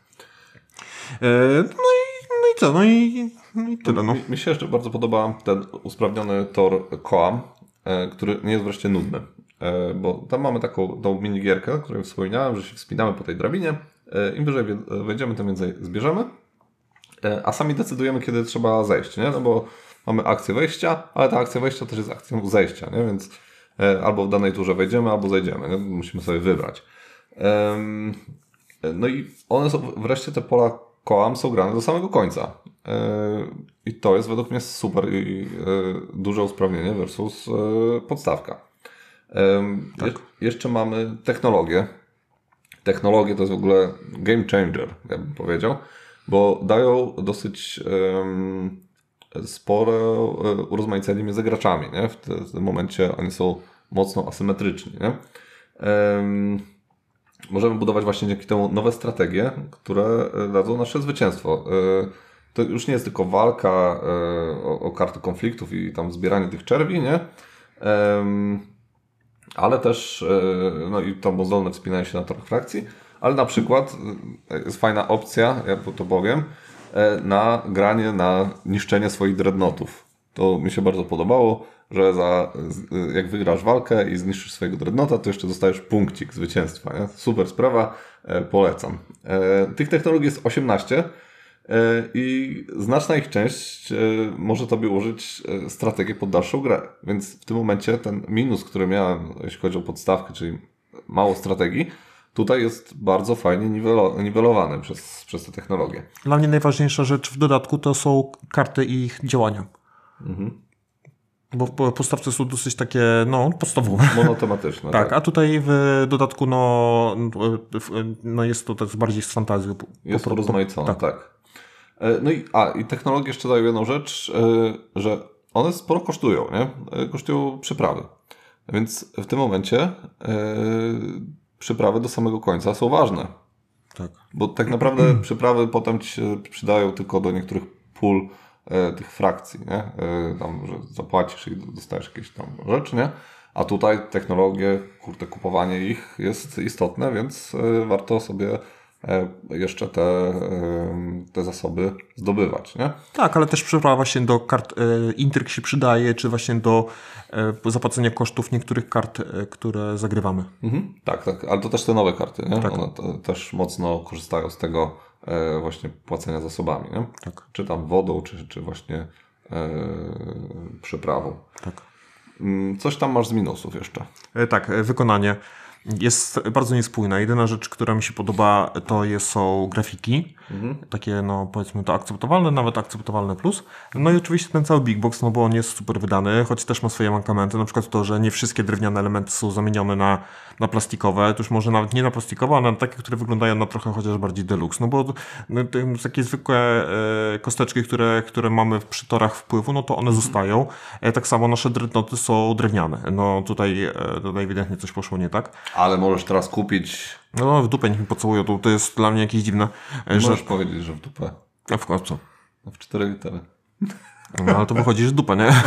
No i co? No i tyle. No. Mi się jeszcze bardzo podoba ten usprawniony tor Koam, który nie jest wreszcie nudny. Bo tam mamy tą minigierkę, o której wspominałem, że się wspinamy po tej drabinie. Im wyżej wejdziemy, tym więcej zbierzemy. A sami decydujemy, kiedy trzeba zejść, nie? No bo mamy akcję wejścia, ale ta akcja wejścia też jest akcją zejścia, nie? Więc albo w danej turze wejdziemy, albo zejdziemy, nie? Musimy sobie wybrać. No i one są, wreszcie te pola kołam są grane do samego końca. I to jest według mnie super i duże usprawnienie versus podstawka. Tak. Jeszcze mamy technologię. Technologie to jest w ogóle game changer, ja bym powiedział, bo dają dosyć spore urozmaicenie między graczami. Nie? W tym momencie oni są mocno asymetryczni. Nie? Możemy budować właśnie dzięki temu nowe strategie, które dadzą nasze zwycięstwo. To już nie jest tylko walka o karty konfliktów i tam zbieranie tych czerwi, nie? Ale też no i to zdolne wspinanie się na torach frakcji, ale na przykład jest fajna opcja, ja to powiem, na granie na niszczenie swoich dreadnoughtów. To mi się bardzo podobało, że jak wygrasz walkę i zniszczysz swojego dreadnoughta, to jeszcze dostajesz punkcik zwycięstwa. Nie? Super sprawa, polecam. Tych technologii jest 18 i znaczna ich część może Tobie ułożyć strategię pod dalszą grę. Więc w tym momencie ten minus, który miałem, jeśli chodzi o podstawkę, czyli mało strategii, tutaj jest bardzo fajnie niwelowany przez te technologie. Dla mnie najważniejsza rzecz w dodatku to są karty i ich działania. Bo podstawce są dosyć takie, podstawowe. Monotematyczne. Tak, a tutaj w dodatku, jest to też bardziej z fantazji. Jest to rozmaicone, tak. No i technologie jeszcze dają jedną rzecz, że one sporo kosztują, nie? Kosztują przyprawy. Więc w tym momencie przyprawy do samego końca są ważne. Tak. Bo tak naprawdę przyprawy potem ci się przydają tylko do niektórych pól tych frakcji, nie? Tam, że zapłacisz i dostajesz jakieś tam rzeczy, nie? A tutaj technologie, kupowanie ich jest istotne, więc warto sobie jeszcze te zasoby zdobywać, nie? Tak, ale też przyprawa właśnie do kart intryg się przydaje, czy właśnie do zapłacenia kosztów niektórych kart, które zagrywamy. Tak, ale to też te nowe karty, nie? Tak. One też mocno korzystają z tego właśnie płacenia zasobami, nie? Tak. Czy tam wodą, czy właśnie przyprawą. Tak. Coś tam masz z minusów jeszcze. Tak, wykonanie jest bardzo niespójne. Jedyna rzecz, która mi się podoba, to są grafiki. Takie, no powiedzmy to akceptowalne, nawet akceptowalne plus. No i oczywiście ten cały Big Box, no bo on jest super wydany, choć też ma swoje mankamenty. Na przykład to, że nie wszystkie drewniane elementy są zamienione na plastikowe. To już może nawet nie na plastikowe, ale na takie, które wyglądają na trochę chociaż bardziej deluxe. No bo takie zwykłe kosteczki, które mamy przy torach wpływu, no to one zostają. Tak samo nasze dreadnoughty są drewniane. No tutaj ewidentnie coś poszło nie tak. Ale możesz teraz kupić... No w dupę niech mi pocałują, to jest dla mnie jakieś dziwne. Możesz powiedzieć, że w dupę. A w końcu. W 4 litery. No ale to wychodzi, że dupa, nie?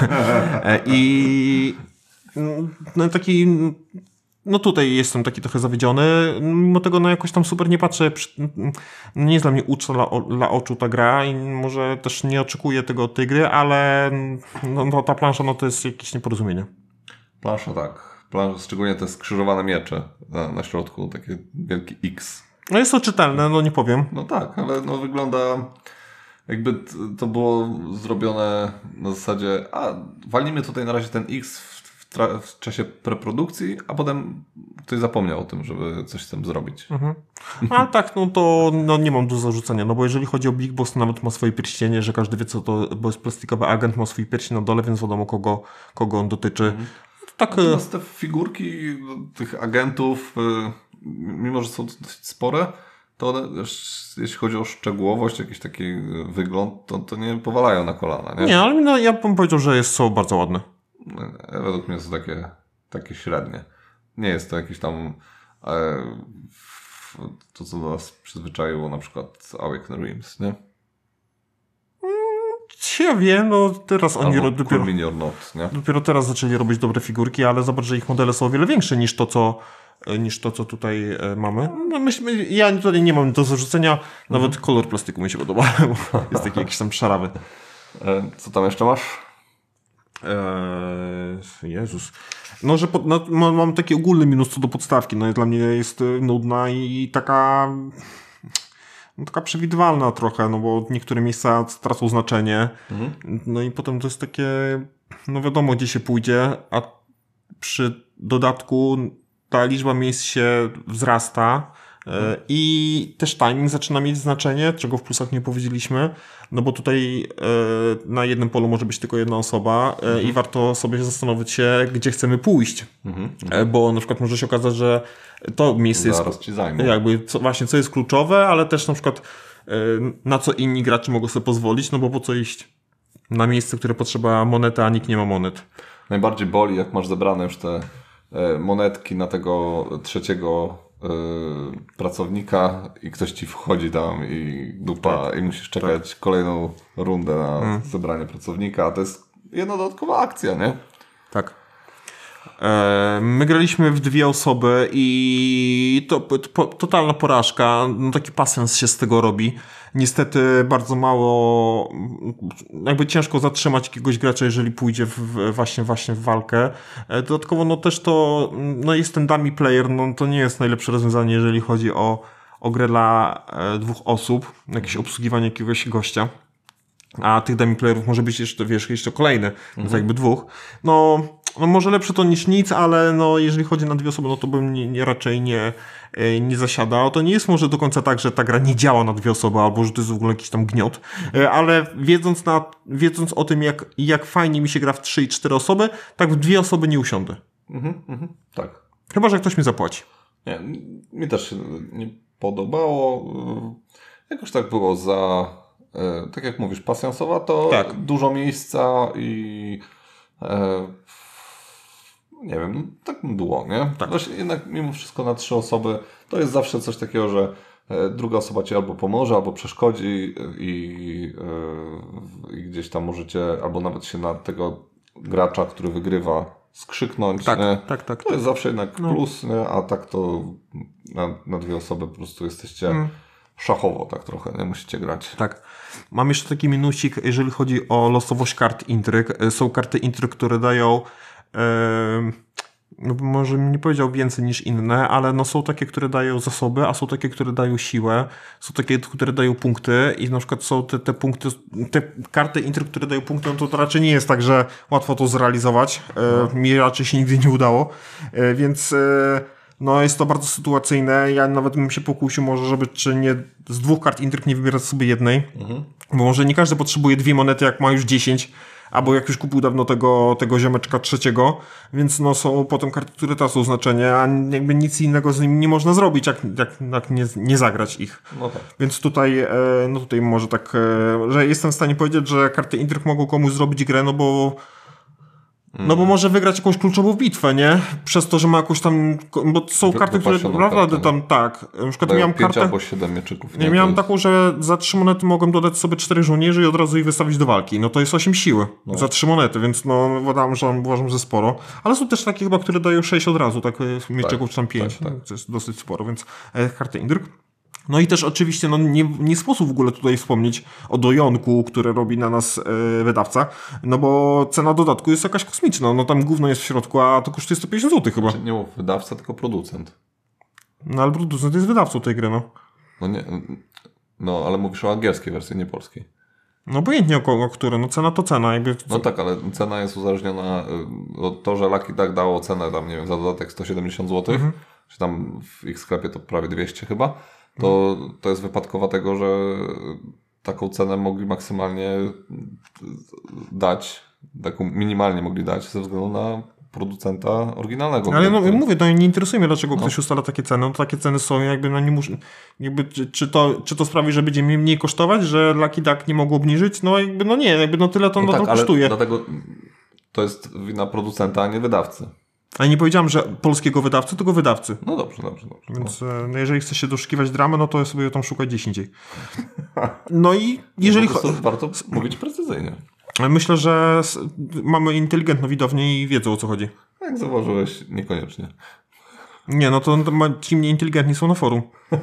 I no taki... No tutaj jestem taki trochę zawiedziony, mimo tego no jakoś tam super nie patrzę, nie jest dla mnie uczta dla oczu ta gra i może też nie oczekuję tego od tej gry, ale no ta plansza no to jest jakieś nieporozumienie. Plansza tak. Szczególnie te skrzyżowane miecze na środku, takie wielkie X. No jest to czytelne, no nie powiem. No tak, ale no wygląda jakby to było zrobione na zasadzie walnijmy tutaj na razie ten X w czasie preprodukcji, a potem ktoś zapomniał o tym, żeby coś z tym zrobić. Ale tak, no to no nie mam do zarzucenia, no bo jeżeli chodzi o Big Boss, to nawet ma swoje pierścienie, że każdy wie co to, bo jest plastikowy agent, ma swój pierścień na dole, więc wiadomo kogo on dotyczy. Tak. Natomiast te figurki tych agentów, mimo że są dosyć spore, to one, jeśli chodzi o szczegółowość, jakiś taki wygląd, to nie powalają na kolana, nie? Nie, ale no, ja bym powiedział, że są bardzo ładne. Według mnie są takie średnie. Nie jest to jakiś tam to, co do nas przyzwyczaiło, na przykład Awaken Realms, nie? Ja wiem, no teraz oni dopiero teraz zaczęli robić dobre figurki, ale zobacz, że ich modele są o wiele większe niż to, co tutaj mamy. No ja tutaj nie mam do zarzucenia, nawet kolor plastiku mi się podoba, bo jest taki jakiś tam szarawy. Co tam jeszcze masz? Jezus. No, że mam taki ogólny minus co do podstawki. No, dla mnie jest nudna i taka przewidywalna trochę, no bo niektóre miejsca tracą znaczenie. No i potem to jest takie, no wiadomo gdzie się pójdzie, a przy dodatku ta liczba miejsc się wzrasta i też timing zaczyna mieć znaczenie, czego w plusach nie powiedzieliśmy, no bo tutaj na jednym polu może być tylko jedna osoba i warto sobie zastanowić się, gdzie chcemy pójść, bo na przykład może się okazać, że to miejsce zaraz ci zajmę. Jakby co jest kluczowe, ale też na przykład na co inni gracze mogą sobie pozwolić, no bo po co iść na miejsce, które potrzeba monety, a nikt nie ma monet. Najbardziej boli, jak masz zebrane już te monetki na tego trzeciego pracownika i ktoś ci wchodzi tam i dupa i musisz czekać kolejną rundę na zebranie pracownika, a to jest jedna dodatkowa akcja, nie? Tak. My graliśmy w 2 osoby i to totalna porażka. No taki pasjans się z tego robi. Niestety bardzo mało, jakby ciężko zatrzymać jakiegoś gracza, jeżeli pójdzie właśnie w walkę. Dodatkowo no też to no jest ten dummy player, no to nie jest najlepsze rozwiązanie, jeżeli chodzi o grę dla 2 osób, jakieś obsługiwanie jakiegoś gościa. A tych dummy playerów może być jeszcze kolejne, więc jakby 2. No może lepsze to niż nic, ale no jeżeli chodzi na 2 osoby, no to bym raczej nie zasiadał. To nie jest może do końca tak, że ta gra nie działa na 2 osoby, albo że to jest w ogóle jakiś tam gniot, ale wiedząc o tym, jak fajnie mi się gra w 3 i 4 osoby, tak w 2 osoby nie usiądę. Tak. Chyba, że ktoś mi zapłaci. Nie, mi też się nie podobało. Jakoś tak było tak jak mówisz, pasjansowa, to dużo miejsca i nie wiem, tak było, nie? Tak. Jednak mimo wszystko na 3 osoby to jest zawsze coś takiego, że druga osoba ci albo pomoże, albo przeszkodzi i gdzieś tam możecie, albo nawet się na tego gracza, który wygrywa, skrzyknąć. Tak, nie? tak. To jest zawsze jednak plus, nie? A tak to na dwie osoby po prostu jesteście szachowo tak trochę, nie? Musicie grać. Tak. Mam jeszcze taki minusik, jeżeli chodzi o losowość kart intryg. Są karty intryg, które dają no może nie powiedział więcej niż inne, ale no są takie, które dają zasoby, a są takie, które dają siłę, są takie, które dają punkty i na przykład są te punkty, te karty intryg, które dają punkty, no to raczej nie jest tak, że łatwo to zrealizować. Mi raczej się nigdy nie udało, więc no jest to bardzo sytuacyjne. Ja nawet bym się pokusił może, żeby czy nie z 2 kart intryg nie wybierać sobie jednej, bo może nie każdy potrzebuje 2 monety, jak ma już 10, albo jak już kupił dawno tego ziomeczka trzeciego, więc no są potem karty, które tracą znaczenie, a jakby nic innego z nimi nie można zrobić, jak nie zagrać ich. No tak. Więc tutaj, no tutaj może tak, że jestem w stanie powiedzieć, że karty intryg mogą komuś zrobić grę, no bo może wygrać jakąś kluczową bitwę, nie? Przez to, że ma jakąś tam, bo są karty, które naprawdę tam, tak. Na przykład dają miałem 5 kartę, albo 7 mieczyków. nie, miałem taką, że za 3 monety mogłem dodać sobie 4 żołnierzy i od razu ich wystawić do walki. No to jest 8 siły za 3 monety, więc no uważam, że sporo. Ale są też takie chyba, które dają 6 od razu, tak mieczyków czy tam 5. tak. To jest dosyć sporo, więc karty intryg. No i też oczywiście no nie sposób w ogóle tutaj wspomnieć o dojonku, które robi na nas wydawca, no bo cena dodatku jest jakaś kosmiczna, no tam gówno jest w środku, a to kosztuje 150 zł chyba. Nie mów wydawca, tylko producent. No ale producent jest wydawcą tej gry, no. No nie, no ale mówisz o angielskiej wersji, nie polskiej. No obojętnie o które, no cena to cena. Jakby... No tak, ale cena jest uzależniona od to, że Lucky Duck dało cenę tam, nie wiem, za dodatek 170 zł, czy tam w ich sklepie to prawie 200 chyba, to jest wypadkowa tego, że taką cenę mogli maksymalnie dać, taką minimalnie mogli dać ze względu na producenta oryginalnego. Ale no mówię, to nie interesuje mnie, dlaczego ktoś ustala takie ceny. No takie ceny są jakby, no nie muszę, jakby czy to sprawi, że będzie mi mniej kosztować, że Lucky Duck nie mogło obniżyć? No jakby, no nie, jakby no tyle to no tak, to kosztuje. Dlatego to jest wina producenta, a nie wydawcy. A nie powiedziałem, że polskiego wydawcy, tylko wydawcy. No dobrze. Więc no jeżeli chce się doszukiwać dramy, no to sobie ją tam szukać gdzieś indziej. No i jeżeli... warto mówić precyzyjnie. Myślę, że mamy inteligentną widownię i wiedzą, o co chodzi. Jak zauważyłeś, niekoniecznie. Nie, no to ci nieinteligentni są na forum.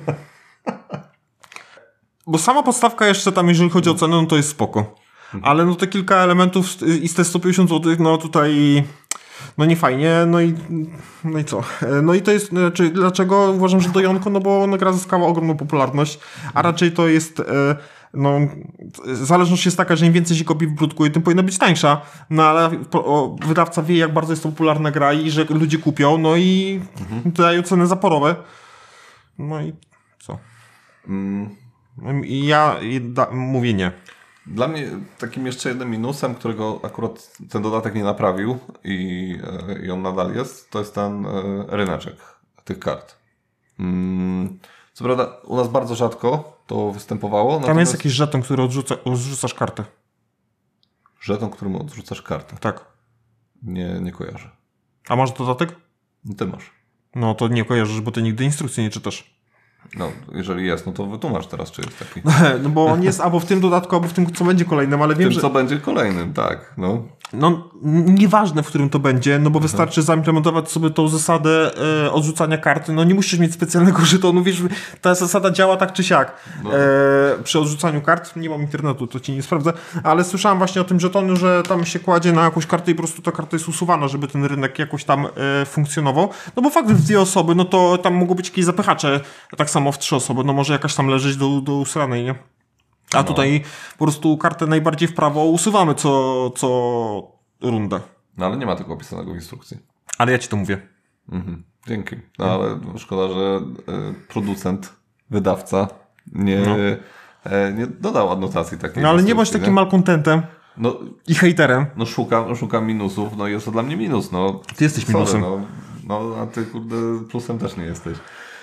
Bo sama podstawka jeszcze tam, jeżeli chodzi o cenę, no to jest spoko. Ale no te kilka elementów i z te 150 zł, no tutaj... No nie fajnie, no i co? No i to jest, znaczy, dlaczego uważam, że dojonko? No bo ona gra zyskała ogromną popularność, a raczej to jest, no, zależność jest taka, że im więcej się kopii wyprodukuje, tym powinna być tańsza, no ale wydawca wie, jak bardzo jest to popularna gra i że ludzie kupią, no i dają ceny zaporowe. No i co? I ja mówię nie. Dla mnie takim jeszcze jednym minusem, którego akurat ten dodatek nie naprawił i on nadal jest, to jest ten ryneczek tych kart. Co prawda u nas bardzo rzadko to występowało. Tam jest jakiś żeton, który odrzucasz kartę. Żeton, którym odrzucasz kartę? Tak. Nie kojarzę. A masz dodatek? Ty masz. No to nie kojarzysz, bo ty nigdy instrukcji nie czytasz. No, jeżeli jest, no to wytłumacz teraz, czy jest taki. No bo on jest albo w tym dodatku, albo w tym, co będzie kolejnym, ale wiem, że... co będzie kolejnym, tak. No, nieważne, w którym to będzie, no bo wystarczy zaimplementować sobie tą zasadę odrzucania karty, no nie musisz mieć specjalnego żetonu, wiesz, ta zasada działa tak czy siak. Przy odrzucaniu kart, nie mam internetu, to ci nie sprawdzę, ale słyszałem właśnie o tym żetonu, że tam się kładzie na jakąś kartę i po prostu ta karta jest usuwana, żeby ten rynek jakoś tam funkcjonował, no bo fakt, w 2 osoby, no to tam mogą być jakieś zapychacze, tak samo w 3 osoby, no może jakaś tam leżeć do usranej, nie? A tutaj po prostu kartę najbardziej w prawo usuwamy co rundę. No ale nie ma tego opisanego w instrukcji. Ale ja ci to mówię. Dzięki. No ale szkoda, że producent, wydawca nie dodał adnotacji takiej. No ale nie bądź takim malcontentem i hejterem. No szukam minusów, no jest to dla mnie minus. No. Ty jesteś minusem. No a ty kurde plusem też nie jesteś.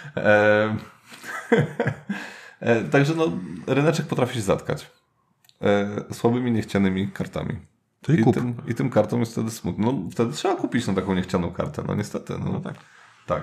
Także ryneczek potrafi się zatkać słabymi, niechcianymi kartami. I tym kartom jest wtedy smutno. No, wtedy trzeba kupić taką niechcianą kartę. No niestety. No tak. Tak.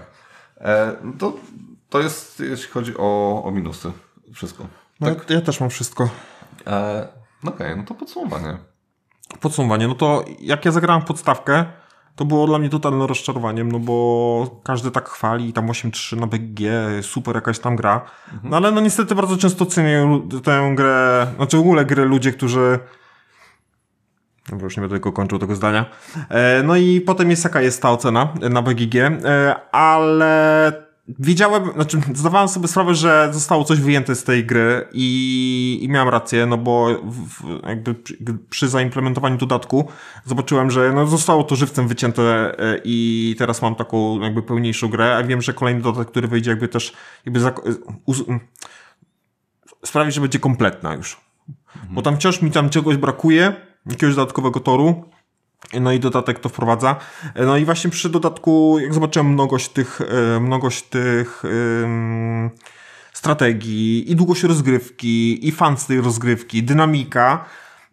To jest, jeśli chodzi o minusy. Wszystko. No, tak? Ja też mam wszystko. Okej, no to podsumowanie. No to jak ja zagrałem podstawkę, to było dla mnie totalnym rozczarowaniem, no bo każdy tak chwali, tam 8.3 na BGG, super jakaś tam gra. No ale no niestety bardzo często cenię tę grę, znaczy w ogóle grę ludzie, którzy... No bo już nie będę tylko kończył tego zdania. No i potem jest jaka jest ta ocena na BGG, ale wiedziałem, znaczy zdawałem sobie sprawę, że zostało coś wyjęte z tej gry i miałem rację, no bo jakby przy zaimplementowaniu dodatku zobaczyłem, że no zostało to żywcem wycięte i teraz mam taką jakby pełniejszą grę, a wiem, że kolejny dodatek, który wyjdzie jakby też jakby sprawi, że będzie kompletna już. Bo tam wciąż mi tam czegoś brakuje, jakiegoś dodatkowego toru. No i dodatek to wprowadza. No i właśnie przy dodatku, jak zobaczyłem mnogość tych strategii i długość rozgrywki, i fan z tej rozgrywki, dynamika,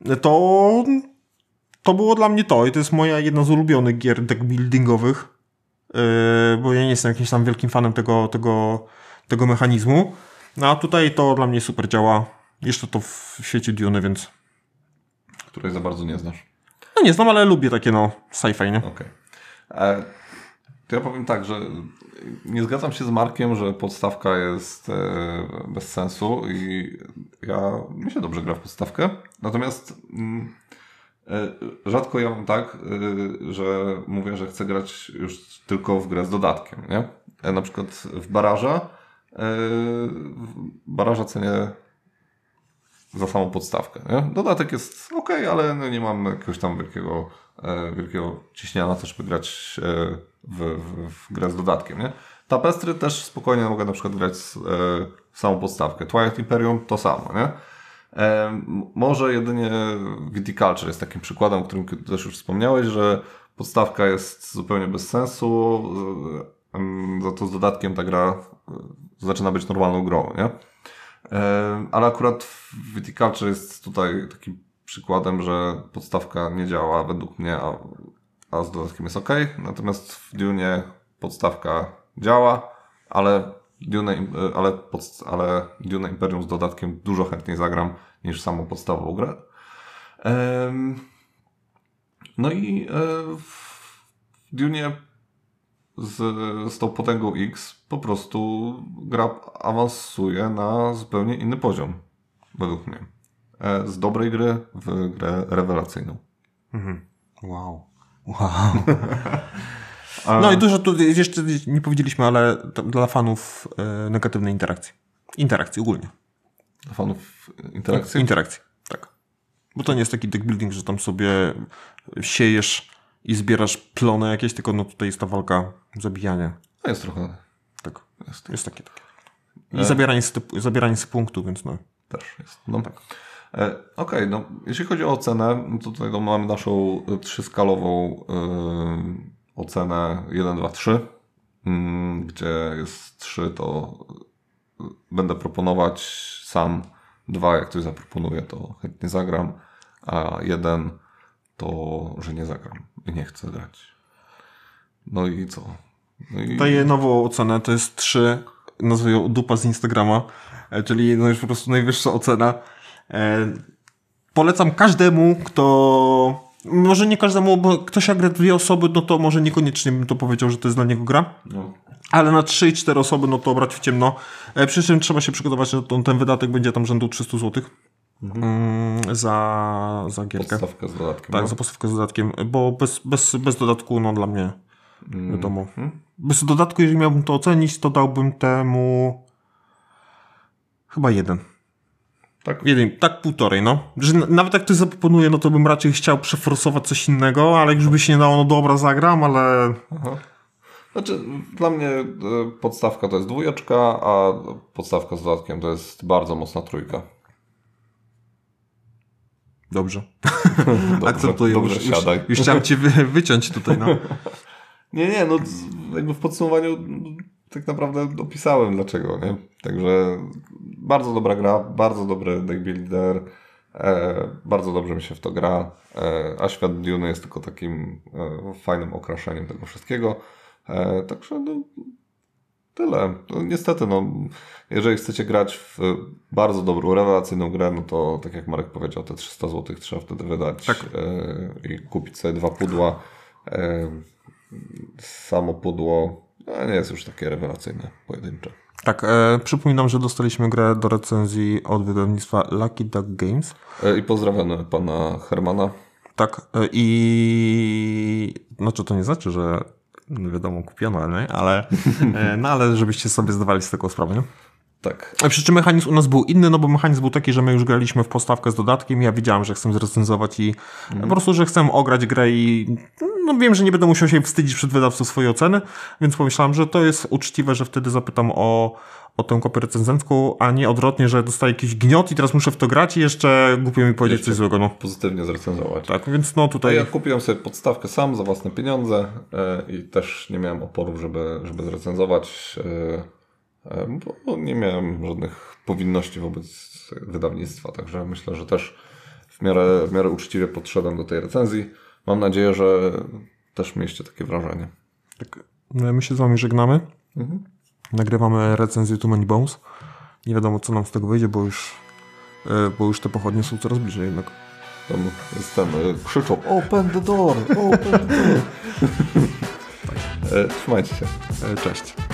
to było dla mnie to. I to jest moja jedna z ulubionych gier deck buildingowych, bo ja nie jestem jakimś tam wielkim fanem tego mechanizmu. No a tutaj to dla mnie super działa. Jeszcze to w świecie Dune, więc... Której za bardzo nie znasz. No nie znam, ale lubię takie sci-fi, nie? Okej. To ja powiem tak, że nie zgadzam się z Markiem, że podstawka jest bez sensu i mi się dobrze gra w podstawkę. Natomiast rzadko ja mam tak, że mówię, że chcę grać już tylko w grę z dodatkiem, nie? Na przykład w Baraża cenię za samą podstawkę, nie? Dodatek jest okej, ale no nie mam jakiegoś tam wielkiego ciśnienia na to, żeby grać w grę z dodatkiem, nie? Tapestry też spokojnie mogę na przykład grać w samą podstawkę. Twilight Imperium to samo, nie? Może jedynie Viticulture jest takim przykładem, o którym też już wspomniałeś, że podstawka jest zupełnie bez sensu, za to z dodatkiem ta gra zaczyna być normalną grą, nie? Ale akurat Viticulture jest tutaj takim przykładem, że podstawka nie działa według mnie, a z dodatkiem jest ok. Natomiast w Dune podstawka działa, ale Dune Imperium z dodatkiem dużo chętniej zagram niż samą podstawową grę. No i w Dune z tą potęgą X po prostu gra awansuje na zupełnie inny poziom, według mnie. Z dobrej gry w grę rewelacyjną. Wow. No i dużo tu jeszcze nie powiedzieliśmy, ale dla fanów negatywnej interakcji. Interakcji ogólnie. Dla fanów interakcji? Interakcji, tak. Bo to nie jest taki deck building, że tam sobie siejesz i zbierasz plony jakieś, tylko no tutaj jest ta walka, zabijanie. No jest trochę. Tak, jest takie. I zabieranie z punktu, więc no. Też jest. No tak. Okej, no jeśli chodzi o ocenę, no to tutaj mamy naszą trzyskalową ocenę 1, 2, 3, gdzie jest 3 to będę proponować sam, 2 jak ktoś zaproponuje to chętnie zagram, a 1 to, że nie zagram i nie chcę grać. No i co? Daję nową ocenę, to jest 3, nazwę ją dupa z Instagrama, czyli no już po prostu najwyższa ocena. Polecam każdemu, może nie każdemu, bo ktoś jak gra 2 osoby, no to może niekoniecznie bym to powiedział, że to jest dla niego gra. No. Ale na 3 i 4 osoby, no to brać w ciemno. Przy czym trzeba się przygotować, że ten wydatek będzie tam rzędu 300 zł. Za gierkę. Podstawkę z dodatkiem. Tak, za podstawkę z dodatkiem, bo bez dodatku, no dla mnie wiadomo. Bez dodatku, jeżeli miałbym to ocenić, to dałbym temu chyba 1. Tak? 1, tak 1,5, no. Że nawet jak ktoś zaproponuje, no to bym raczej chciał przeforsować coś innego, ale już by się nie dało, no dobra, zagram, ale... Aha. Znaczy, dla mnie podstawka to jest 2, a podstawka z dodatkiem to jest bardzo mocna 3. Dobrze. Akceptuję. Dobrze, siadaj. Już chciałem cię wyciąć tutaj, no. Nie, no jakby w podsumowaniu tak naprawdę opisałem dlaczego, nie? Także bardzo dobra gra, bardzo dobry deck builder, bardzo dobrze mi się w to gra, a świat Dune jest tylko takim fajnym okraszeniem tego wszystkiego. Także no, tyle. No, niestety, no, jeżeli chcecie grać w bardzo dobrą, rewelacyjną grę, no to tak jak Marek powiedział, te 300 zł trzeba wtedy wydać i kupić sobie 2 pudła Samo pudło nie jest już takie rewelacyjne, pojedyncze. Tak, przypominam, że dostaliśmy grę do recenzji od wydawnictwa Lucky Duck Games. I pozdrawiamy pana Hermana. Tak, znaczy to nie znaczy, że wiadomo kupiono, nie? Ale żebyście sobie zdawali z tego sprawę, nie? Tak. Przy czym mechanizm u nas był inny, no bo mechanizm był taki, że my już graliśmy w podstawkę z dodatkiem, ja wiedziałem, że chcę zrecenzować i po prostu, że chcę ograć grę i no wiem, że nie będę musiał się wstydzić przed wydawcą swojej oceny, więc pomyślałem, że to jest uczciwe, że wtedy zapytam o tę kopię recenzencką, a nie odwrotnie, że dostaję jakiś gniot i teraz muszę w to grać i jeszcze głupio mi powiedzieć coś złego. No. Pozytywnie zrecenzować. Tak, więc no tutaj... Ja kupiłem sobie podstawkę sam za własne pieniądze i też nie miałem oporów, żeby zrecenzować, bo nie miałem żadnych powinności wobec wydawnictwa, także myślę, że też w miarę uczciwie podszedłem do tej recenzji. Mam nadzieję, że też mieliście takie wrażenie. Tak, my się z wami żegnamy. Nagrywamy recenzję Too Many Bones. Nie wiadomo, co nam z tego wyjdzie, bo już te pochodnie są coraz bliżej jednak. Tam jest krzyczą open the door, open the door. Trzymajcie się. Cześć.